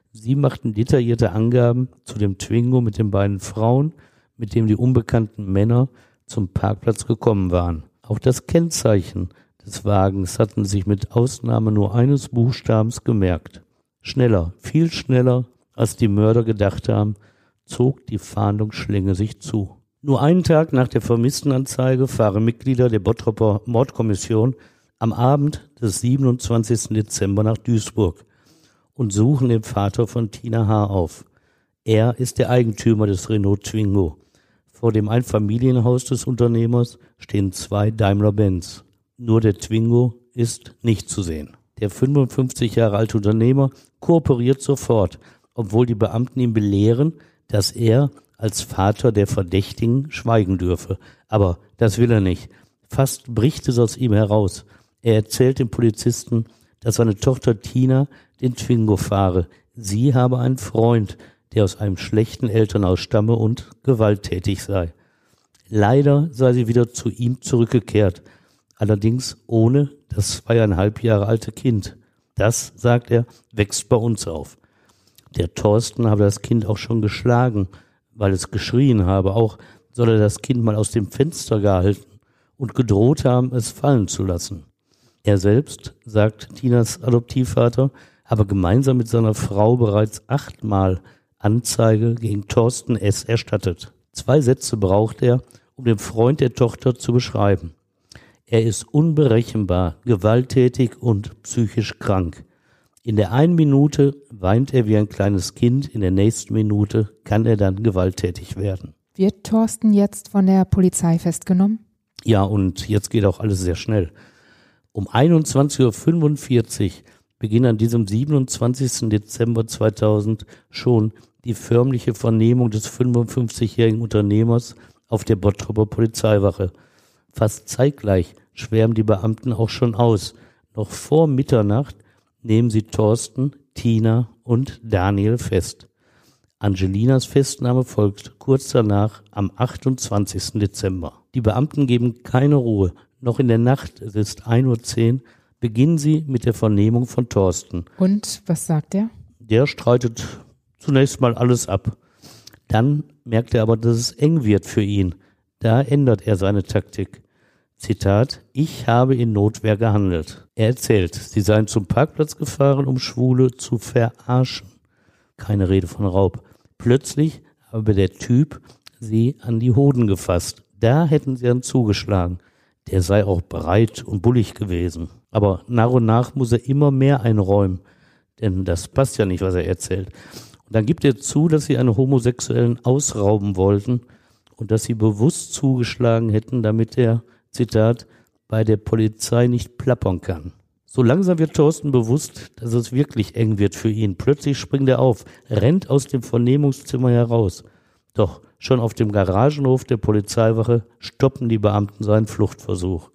Sie machten detaillierte Angaben zu dem Twingo mit den beiden Frauen, mit dem die unbekannten Männer zum Parkplatz gekommen waren. Auch das Kennzeichen des Wagens hatten sich mit Ausnahme nur eines Buchstabens gemerkt. Schneller, viel schneller, als die Mörder gedacht haben, zog die Fahndungsschlinge sich zu. Nur einen Tag nach der Vermisstenanzeige fahren Mitglieder der Bottroper Mordkommission am Abend des siebenundzwanzigsten Dezember nach Duisburg und suchen den Vater von Tina H. auf. Er ist der Eigentümer des Renault Twingo. Vor dem Einfamilienhaus des Unternehmers stehen zwei Daimler-Benz. Nur der Twingo ist nicht zu sehen. Der fünfundfünfzig Jahre alte Unternehmer kooperiert sofort, obwohl die Beamten ihn belehren, dass er als Vater der Verdächtigen schweigen dürfe. Aber das will er nicht. Fast bricht es aus ihm heraus. Er erzählt den Polizisten, dass seine Tochter Tina den Twingo fahre. Sie habe einen Freund, der aus einem schlechten Elternhaus stamme und gewalttätig sei. Leider sei sie wieder zu ihm zurückgekehrt, allerdings ohne das zweieinhalb Jahre alte Kind. Das, sagt er, wächst bei uns auf. Der Thorsten habe das Kind auch schon geschlagen, weil es geschrien habe. Auch soll er das Kind mal aus dem Fenster gehalten und gedroht haben, es fallen zu lassen. Er selbst, sagt Tinas Adoptivvater, habe gemeinsam mit seiner Frau bereits achtmal Anzeige gegen Thorsten S. erstattet. Zwei Sätze braucht er, um den Freund der Tochter zu beschreiben. Er ist unberechenbar, gewalttätig und psychisch krank. In der einen Minute weint er wie ein kleines Kind, in der nächsten Minute kann er dann gewalttätig werden. Wird Thorsten jetzt von der Polizei festgenommen? Ja, und jetzt geht auch alles sehr schnell. Um einundzwanzig Uhr fünfundvierzig beginnt an diesem siebenundzwanzigsten Dezember zweitausend schon die förmliche Vernehmung des fünfundfünfzigjährigen Unternehmers auf der Bottroper Polizeiwache. Fast zeitgleich schwärmen die Beamten auch schon aus. Noch vor Mitternacht nehmen sie Thorsten, Tina und Daniel fest. Angelinas Festnahme folgt kurz danach am achtundzwanzigsten Dezember. Die Beamten geben keine Ruhe. Noch in der Nacht, es ist ein Uhr zehn, beginnen sie mit der Vernehmung von Thorsten. Und was sagt er? Der streitet zunächst mal alles ab. Dann merkt er aber, dass es eng wird für ihn. Da ändert er seine Taktik. Zitat, ich habe in Notwehr gehandelt. Er erzählt, sie seien zum Parkplatz gefahren, um Schwule zu verarschen. Keine Rede von Raub. Plötzlich habe der Typ sie an die Hoden gefasst. Da hätten sie dann zugeschlagen. Der sei auch breit und bullig gewesen. Aber nach und nach muss er immer mehr einräumen. Denn das passt ja nicht, was er erzählt. Und dann gibt er zu, dass sie einen Homosexuellen ausrauben wollten und dass sie bewusst zugeschlagen hätten, damit er, Zitat, bei der Polizei nicht plappern kann. So langsam wird Thorsten bewusst, dass es wirklich eng wird für ihn. Plötzlich springt er auf, rennt aus dem Vernehmungszimmer heraus. Doch schon auf dem Garagenhof der Polizeiwache stoppen die Beamten seinen Fluchtversuch.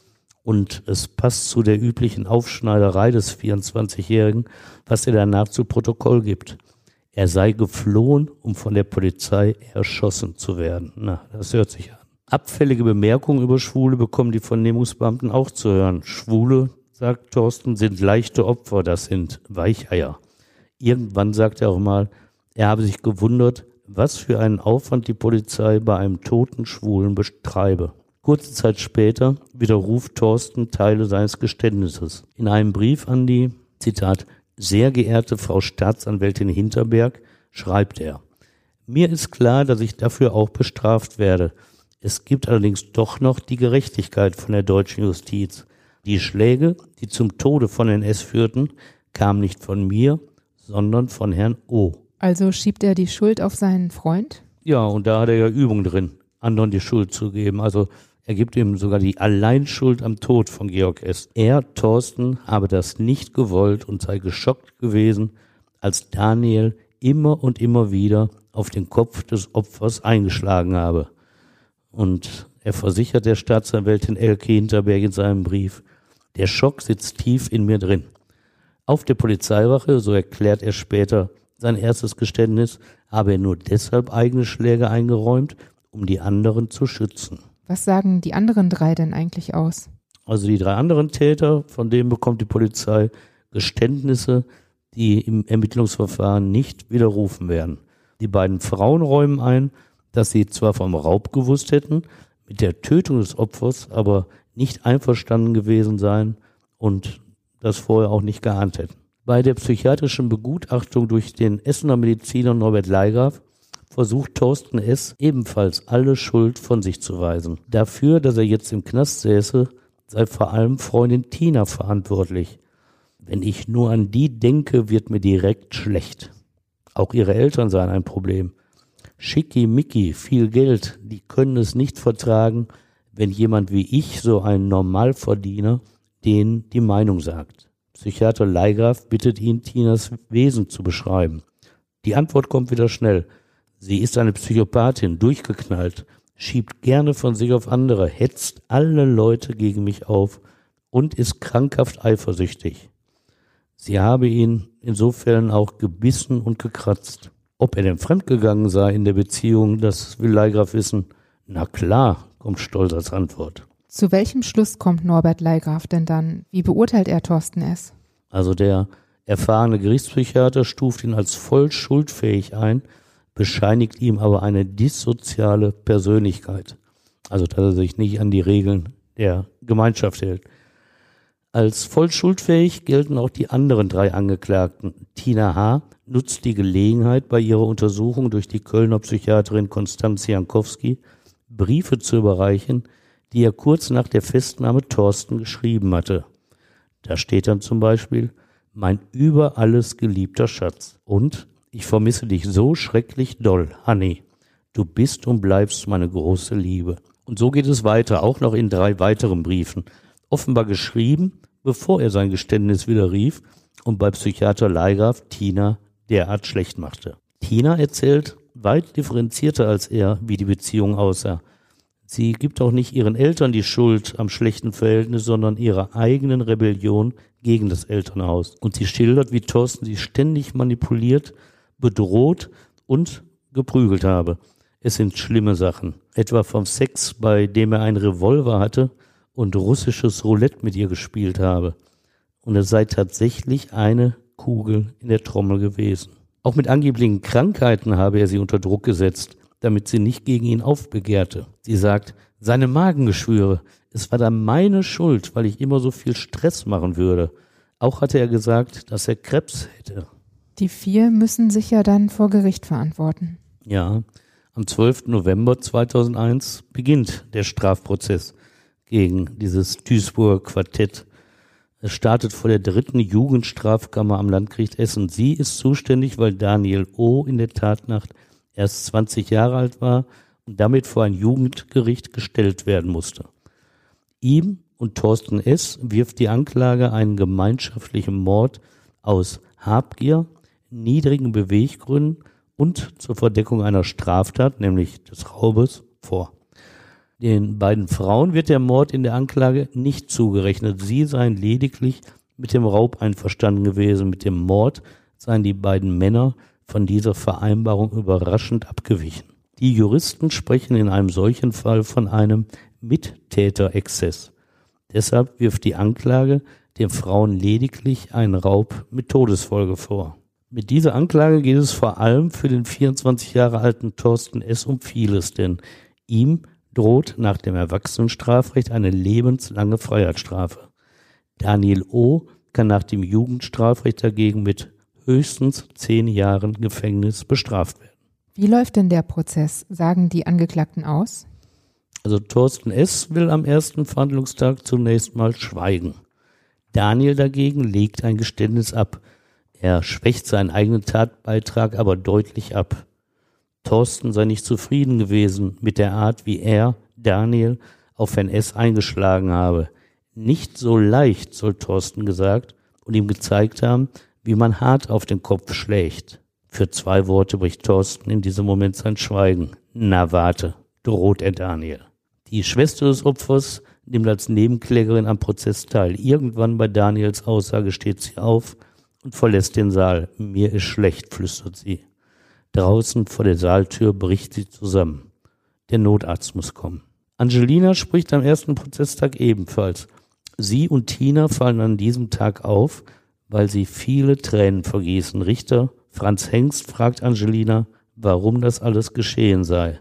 Und es passt zu der üblichen Aufschneiderei des vierundzwanzigjährigen, was er danach zu Protokoll gibt. Er sei geflohen, um von der Polizei erschossen zu werden. Na, das hört sich an. Abfällige Bemerkungen über Schwule bekommen die Vernehmungsbeamten auch zu hören. Schwule, sagt Thorsten, sind leichte Opfer, das sind Weicheier. Irgendwann sagt er auch mal, er habe sich gewundert, was für einen Aufwand die Polizei bei einem toten Schwulen betreibe. Kurze Zeit später widerruft Thorsten Teile seines Geständnisses. In einem Brief an die, Zitat, sehr geehrte Frau Staatsanwältin Hinterberg, schreibt er, mir ist klar, dass ich dafür auch bestraft werde. Es gibt allerdings doch noch die Gerechtigkeit von der deutschen Justiz. Die Schläge, die zum Tode von N S führten, kamen nicht von mir, sondern von Herrn O. Also schiebt er die Schuld auf seinen Freund? Ja, und da hat er ja Übung drin, anderen die Schuld zu geben. Also er gibt ihm sogar die Alleinschuld am Tod von Georg S. Er, Thorsten, habe das nicht gewollt und sei geschockt gewesen, als Daniel immer und immer wieder auf den Kopf des Opfers eingeschlagen habe. Und er versichert der Staatsanwältin Elke Hinterberg in seinem Brief, der Schock sitzt tief in mir drin. Auf der Polizeiwache, so erklärt er später sein erstes Geständnis, habe er nur deshalb eigene Schläge eingeräumt, um die anderen zu schützen. Was sagen die anderen drei denn eigentlich aus? Also die drei anderen Täter, von denen bekommt die Polizei Geständnisse, die im Ermittlungsverfahren nicht widerrufen werden. Die beiden Frauen räumen ein, dass sie zwar vom Raub gewusst hätten, mit der Tötung des Opfers aber nicht einverstanden gewesen seien und das vorher auch nicht geahnt hätten. Bei der psychiatrischen Begutachtung durch den Essener Mediziner Norbert Leigraf versucht Thorsten S. ebenfalls alle Schuld von sich zu weisen. Dafür, dass er jetzt im Knast säße, sei vor allem Freundin Tina verantwortlich. Wenn ich nur an die denke, wird mir direkt schlecht. Auch ihre Eltern seien ein Problem. Schickimicki, viel Geld, die können es nicht vertragen, wenn jemand wie ich, so ein Normalverdiener, denen die Meinung sagt. Psychiater Leigraf bittet ihn, Tinas Wesen zu beschreiben. Die Antwort kommt wieder schnell. Sie ist eine Psychopathin, durchgeknallt, schiebt gerne von sich auf andere, hetzt alle Leute gegen mich auf und ist krankhaft eifersüchtig. Sie habe ihn insofern auch gebissen und gekratzt. Ob er denn fremdgegangen sei in der Beziehung, das will Leigraf wissen. Na klar, kommt stolz als Antwort. Zu welchem Schluss kommt Norbert Leigraf denn dann? Wie beurteilt er Thorsten S.? Also der erfahrene Gerichtspsychiater stuft ihn als voll schuldfähig ein, bescheinigt ihm aber eine dissoziale Persönlichkeit. Also dass er sich nicht an die Regeln der Gemeinschaft hält. Als voll schuldfähig gelten auch die anderen drei Angeklagten. Tina H. nutzt die Gelegenheit, bei ihrer Untersuchung durch die Kölner Psychiaterin Konstanze Jankowski Briefe zu überreichen, die er kurz nach der Festnahme Thorsten geschrieben hatte. Da steht dann zum Beispiel: Mein über alles geliebter Schatz und ich vermisse dich so schrecklich doll, Honey. Du bist und bleibst meine große Liebe. Und so geht es weiter, auch noch in drei weiteren Briefen. Offenbar geschrieben, bevor er sein Geständnis widerrief und bei Psychiater Leigraf Tina derart schlecht machte. Tina erzählt weit differenzierter als er, wie die Beziehung aussah. Sie gibt auch nicht ihren Eltern die Schuld am schlechten Verhältnis, sondern ihrer eigenen Rebellion gegen das Elternhaus. Und sie schildert, wie Thorsten sie ständig manipuliert, bedroht und geprügelt habe. Es sind schlimme Sachen. Etwa vom Sex, bei dem er einen Revolver hatte und russisches Roulette mit ihr gespielt habe. Und es sei tatsächlich eine Kugel in der Trommel gewesen. Auch mit angeblichen Krankheiten habe er sie unter Druck gesetzt, damit sie nicht gegen ihn aufbegehrte. Sie sagt, seine Magengeschwüre, es war dann meine Schuld, weil ich immer so viel Stress machen würde. Auch hatte er gesagt, dass er Krebs hätte. Die vier müssen sich ja dann vor Gericht verantworten. Ja, am zwölften November zweitausendeins beginnt der Strafprozess gegen dieses Duisburger Quartett. Es startet vor der dritten Jugendstrafkammer am Landgericht Essen. Sie ist zuständig, weil Daniel O. in der Tatnacht erst zwanzig Jahre alt war und damit vor ein Jugendgericht gestellt werden musste. Ihm und Thorsten S. wirft die Anklage einen gemeinschaftlichen Mord aus Habgier, niedrigen Beweggründen und zur Verdeckung einer Straftat, nämlich des Raubes, vor. Den beiden Frauen wird der Mord in der Anklage nicht zugerechnet. Sie seien lediglich mit dem Raub einverstanden gewesen. Mit dem Mord seien die beiden Männer von dieser Vereinbarung überraschend abgewichen. Die Juristen sprechen in einem solchen Fall von einem Mittäterexzess. Deshalb wirft die Anklage den Frauen lediglich einen Raub mit Todesfolge vor. Mit dieser Anklage geht es vor allem für den vierundzwanzig Jahre alten Thorsten S. um vieles, denn ihm droht nach dem Erwachsenenstrafrecht eine lebenslange Freiheitsstrafe. Daniel O. kann nach dem Jugendstrafrecht dagegen mit höchstens zehn Jahren Gefängnis bestraft werden. Wie läuft denn der Prozess? Sagen die Angeklagten aus? Also Thorsten S. will am ersten Verhandlungstag zunächst mal schweigen. Daniel dagegen legt ein Geständnis ab. Er schwächt seinen eigenen Tatbeitrag aber deutlich ab. Thorsten sei nicht zufrieden gewesen mit der Art, wie er, Daniel, auf Herrn S. eingeschlagen habe. Nicht so leicht, soll Thorsten gesagt und ihm gezeigt haben, wie man hart auf den Kopf schlägt. Für zwei Worte bricht Thorsten in diesem Moment sein Schweigen. Na warte, droht er Daniel. Die Schwester des Opfers nimmt als Nebenklägerin am Prozess teil. Irgendwann bei Daniels Aussage steht sie auf und verlässt den Saal. Mir ist schlecht, flüstert sie. Draußen vor der Saaltür bricht sie zusammen. Der Notarzt muss kommen. Angelina spricht am ersten Prozesstag ebenfalls. Sie und Tina fallen an diesem Tag auf, weil sie viele Tränen vergießen. Richter Franz Hengst fragt Angelina, warum das alles geschehen sei.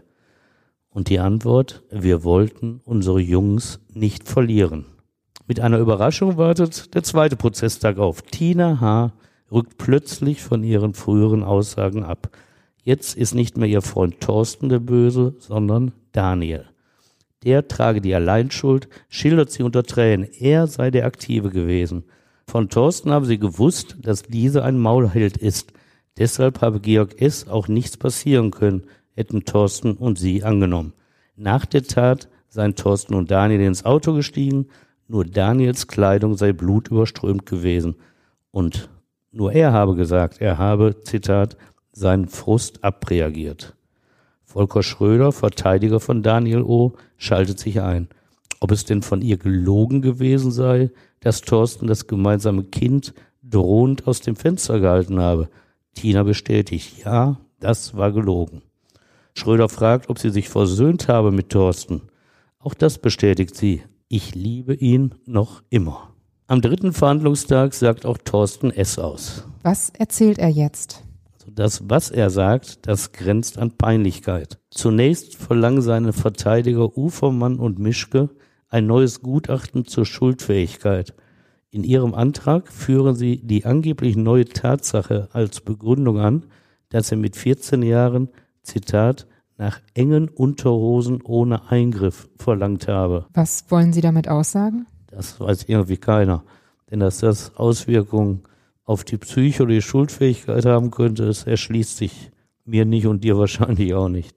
Und die Antwort, wir wollten unsere Jungs nicht verlieren. Mit einer Überraschung wartet der zweite Prozesstag auf. Tina H. rückt plötzlich von ihren früheren Aussagen ab. Jetzt ist nicht mehr ihr Freund Thorsten der Böse, sondern Daniel. Der trage die Alleinschuld, schildert sie unter Tränen. Er sei der Aktive gewesen. Von Thorsten habe sie gewusst, dass dieser ein Maulheld ist. Deshalb habe Georg S. auch nichts passieren können, hätten Thorsten und sie angenommen. Nach der Tat seien Thorsten und Daniel ins Auto gestiegen, nur Daniels Kleidung sei blutüberströmt gewesen. Und nur er habe gesagt, er habe, Zitat, seinen Frust abreagiert. Volker Schröder, Verteidiger von Daniel O., schaltet sich ein. Ob es denn von ihr gelogen gewesen sei, dass Thorsten das gemeinsame Kind drohend aus dem Fenster gehalten habe. Tina bestätigt, ja, das war gelogen. Schröder fragt, ob sie sich versöhnt habe mit Thorsten. Auch das bestätigt sie. Ich liebe ihn noch immer. Am dritten Verhandlungstag sagt auch Thorsten S. aus. Was erzählt er jetzt? Das, was er sagt, das grenzt an Peinlichkeit. Zunächst verlangen seine Verteidiger Ufermann und Mischke ein neues Gutachten zur Schuldfähigkeit. In ihrem Antrag führen sie die angeblich neue Tatsache als Begründung an, dass er mit vierzehn Jahren, Zitat, nach engen Unterhosen ohne Eingriff verlangt habe. Was wollen Sie damit aussagen? Das weiß irgendwie keiner. Denn dass das Auswirkungen auf die Psyche oder die Schuldfähigkeit haben könnte, das erschließt sich mir nicht und dir wahrscheinlich auch nicht.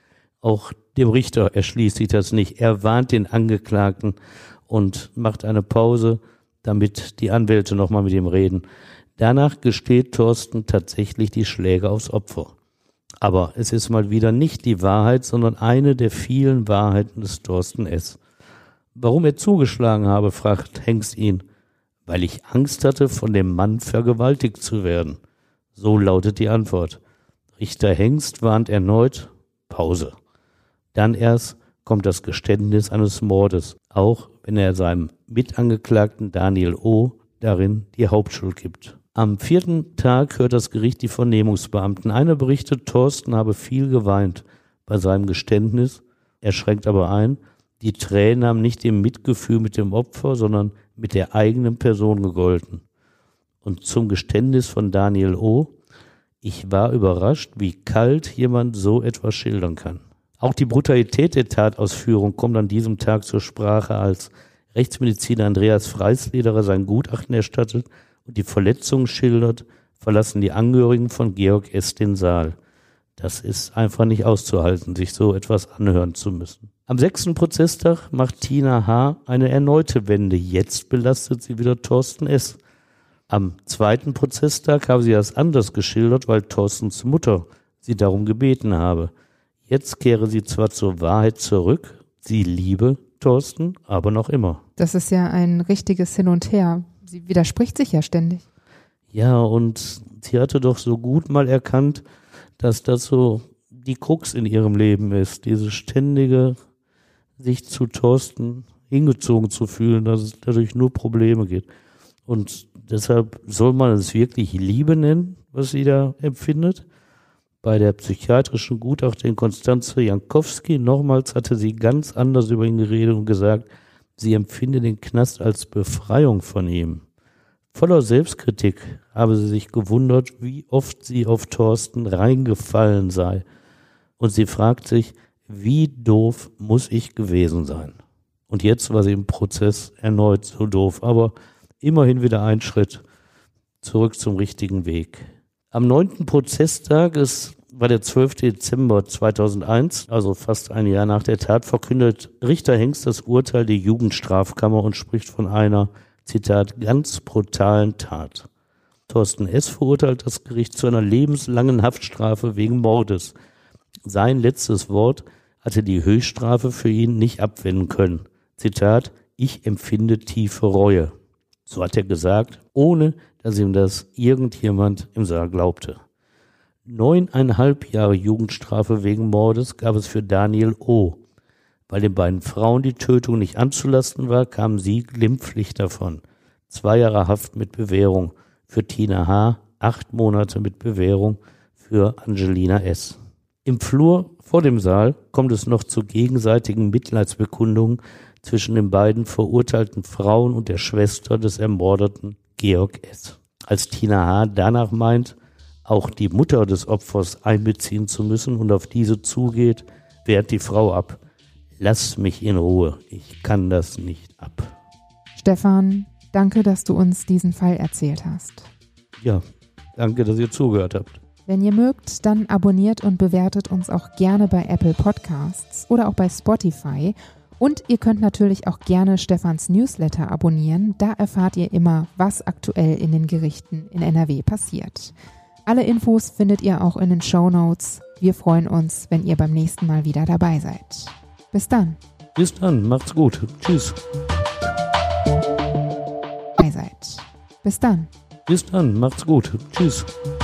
Auch dem Richter erschließt sich das nicht. Er warnt den Angeklagten und macht eine Pause, damit die Anwälte nochmal mit ihm reden. Danach gesteht Thorsten tatsächlich die Schläge aufs Opfer. Aber es ist mal wieder nicht die Wahrheit, sondern eine der vielen Wahrheiten des Thorsten S. Warum er zugeschlagen habe, fragt Hengst ihn. Weil ich Angst hatte, von dem Mann vergewaltigt zu werden. So lautet die Antwort. Richter Hengst warnt erneut, Pause. Dann erst kommt das Geständnis eines Mordes, auch wenn er seinem Mitangeklagten Daniel O. darin die Hauptschuld gibt. Am vierten Tag hört das Gericht die Vernehmungsbeamten. Einer berichtet, Thorsten habe viel geweint bei seinem Geständnis. Er schränkt aber ein, die Tränen haben nicht dem Mitgefühl mit dem Opfer, sondern mit der eigenen Person gegolten. Und zum Geständnis von Daniel O. Ich war überrascht, wie kalt jemand so etwas schildern kann. Auch die Brutalität der Tatausführung kommt an diesem Tag zur Sprache, als Rechtsmediziner Andreas Freislederer sein Gutachten erstattet und die Verletzungen schildert, verlassen die Angehörigen von Georg S. den Saal. Das ist einfach nicht auszuhalten, sich so etwas anhören zu müssen. Am sechsten Prozesstag macht Tina H. eine erneute Wende. Jetzt belastet sie wieder Thorsten S. Am zweiten Prozesstag habe sie das anders geschildert, weil Thorstens Mutter sie darum gebeten habe. Jetzt kehre sie zwar zur Wahrheit zurück, sie liebe Thorsten, aber noch immer. Das ist ja ein richtiges Hin und Her. Sie widerspricht sich ja ständig. Ja, und sie hatte doch so gut mal erkannt, dass das so die Krux in ihrem Leben ist, diese ständige, sich zu Thorsten hingezogen zu fühlen, dass es dadurch nur Probleme gibt. Und deshalb soll man es wirklich Liebe nennen, was sie da empfindet. Bei der psychiatrischen Gutachterin Konstanze Jankowski nochmals hatte sie ganz anders über ihn geredet und gesagt, sie empfinde den Knast als Befreiung von ihm. Voller Selbstkritik habe sie sich gewundert, wie oft sie auf Thorsten reingefallen sei. Und sie fragt sich, wie doof muss ich gewesen sein? Und jetzt war sie im Prozess erneut so doof, aber immerhin wieder ein Schritt zurück zum richtigen Weg. Am neunten Prozesstag, es war der zwölfte Dezember zweitausendeins, also fast ein Jahr nach der Tat, verkündet Richter Hengst das Urteil der Jugendstrafkammer und spricht von einer, Zitat, ganz brutalen Tat. Thorsten S. verurteilt das Gericht zu einer lebenslangen Haftstrafe wegen Mordes. Sein letztes Wort hatte die Höchststrafe für ihn nicht abwenden können. Zitat, ich empfinde tiefe Reue. So hat er gesagt, ohne dass ihm das irgendjemand im Saal glaubte. Neuneinhalb Jahre Jugendstrafe wegen Mordes gab es für Daniel O. Weil den beiden Frauen die Tötung nicht anzulasten war, kamen sie glimpflich davon. Zwei Jahre Haft mit Bewährung. für Tina H., acht Monate mit Bewährung für Angelina S. Im Flur vor dem Saal kommt es noch zu gegenseitigen Mitleidsbekundungen zwischen den beiden verurteilten Frauen und der Schwester des ermordeten Georg S. Als Tina H. danach meint, auch die Mutter des Opfers einbeziehen zu müssen und auf diese zugeht, wehrt die Frau ab. Lass mich in Ruhe, ich kann das nicht ab. Stefan, danke, dass du uns diesen Fall erzählt hast. Ja, danke, dass ihr zugehört habt. Wenn ihr mögt, dann abonniert und bewertet uns auch gerne bei Apple Podcasts oder auch bei Spotify. Und ihr könnt natürlich auch gerne Stefans Newsletter abonnieren. Da erfahrt ihr immer, was aktuell in den Gerichten in N R W passiert. Alle Infos findet ihr auch in den Shownotes. Wir freuen uns, wenn ihr beim nächsten Mal wieder dabei seid. Bis dann. Bis dann, macht's gut. Tschüss. Dabei seid. Bis dann. Bis dann, macht's gut. Tschüss.